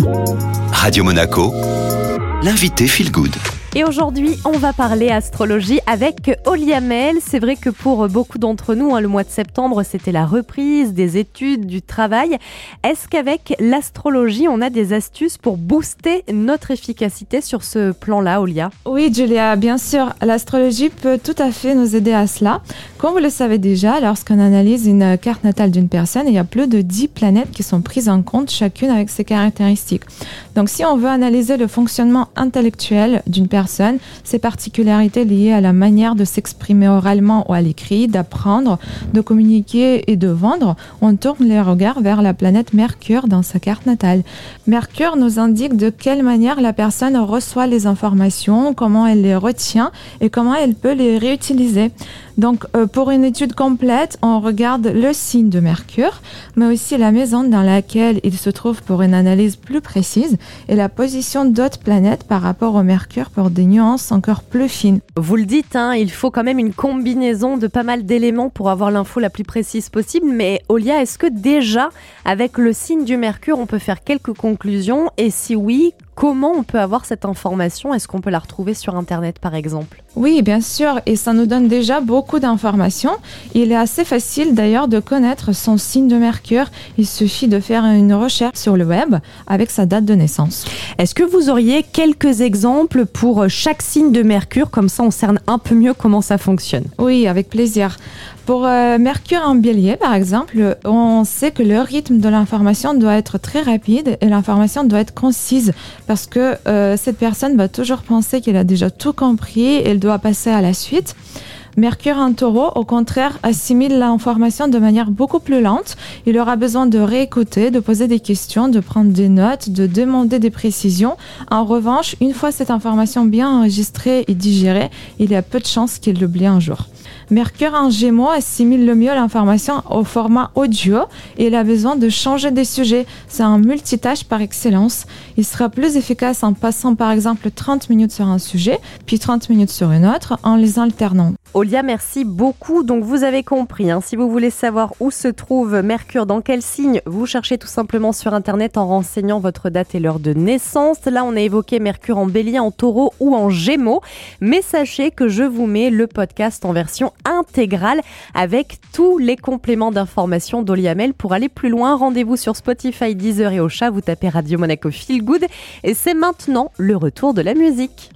Radio Monaco, l'invité Feel Good. Et aujourd'hui, on va parler astrologie avec Olia Mel. C'est vrai que pour beaucoup d'entre nous, le mois de septembre, c'était la reprise des études, du travail. Est-ce qu'avec l'astrologie, on a des astuces pour booster notre efficacité sur ce plan-là, Olia ? Oui, Julia, bien sûr. L'astrologie peut tout à fait nous aider à cela. Comme vous le savez déjà, lorsqu'on analyse une carte natale d'une personne, il y a plus de 10 planètes qui sont prises en compte, chacune avec ses caractéristiques. Donc, si on veut analyser le fonctionnement intellectuel d'une personne, ses particularités liées à la manière de s'exprimer oralement ou à l'écrit, d'apprendre, de communiquer et de vendre, on tourne les regards vers la planète Mercure dans sa carte natale. Mercure nous indique de quelle manière la personne reçoit les informations, comment elle les retient et comment elle peut les réutiliser. Donc, pour une étude complète, on regarde le signe de Mercure, mais aussi la maison dans laquelle il se trouve pour une analyse plus précise et la position d'autres planètes par rapport au Mercure pour des nuances encore plus fines. Vous le dites, il faut quand même une combinaison de pas mal d'éléments pour avoir l'info la plus précise possible. Mais Olia, est-ce que déjà, avec le signe du Mercure, on peut faire quelques conclusions ? Et si oui, comment on peut avoir cette information ? Est-ce qu'on peut la retrouver sur Internet, par exemple ? Oui, bien sûr, et ça nous donne déjà beaucoup d'informations. Il est assez facile d'ailleurs de connaître son signe de Mercure. Il suffit de faire une recherche sur le web avec sa date de naissance. Est-ce que vous auriez quelques exemples pour chaque signe de Mercure ? Comme ça, on cerne un peu mieux comment ça fonctionne. Oui, avec plaisir. Pour Mercure en Bélier, par exemple, on sait que le rythme de l'information doit être très rapide et l'information doit être concise parce que cette personne va toujours penser qu'elle a déjà tout compris et elle doit passer à la suite. Mercure en Taureau, au contraire, assimile l'information de manière beaucoup plus lente. Il aura besoin de réécouter, de poser des questions, de prendre des notes, de demander des précisions. En revanche, une fois cette information bien enregistrée et digérée, il y a peu de chances qu'il l'oublie un jour. Mercure en Gémeaux assimile le mieux l'information au format audio et il a besoin de changer des sujets. C'est un multitâche par excellence. Il sera plus efficace en passant par exemple 30 minutes sur un sujet, puis 30 minutes sur une autre, en les alternant. Olia, merci beaucoup. Donc vous avez compris, si vous voulez savoir où se trouve Mercure, dans quel signe, vous cherchez tout simplement sur Internet en renseignant votre date et l'heure de naissance. Là, on a évoqué Mercure en Bélier, en Taureau ou en Gémeaux. Mais sachez que je vous mets le podcast en version intégrale avec tous les compléments d'information d'Olia Mel. Pour aller plus loin, rendez-vous sur Spotify, Deezer et Ocha. Vous tapez Radio Monaco Feel Good et c'est maintenant le retour de la musique.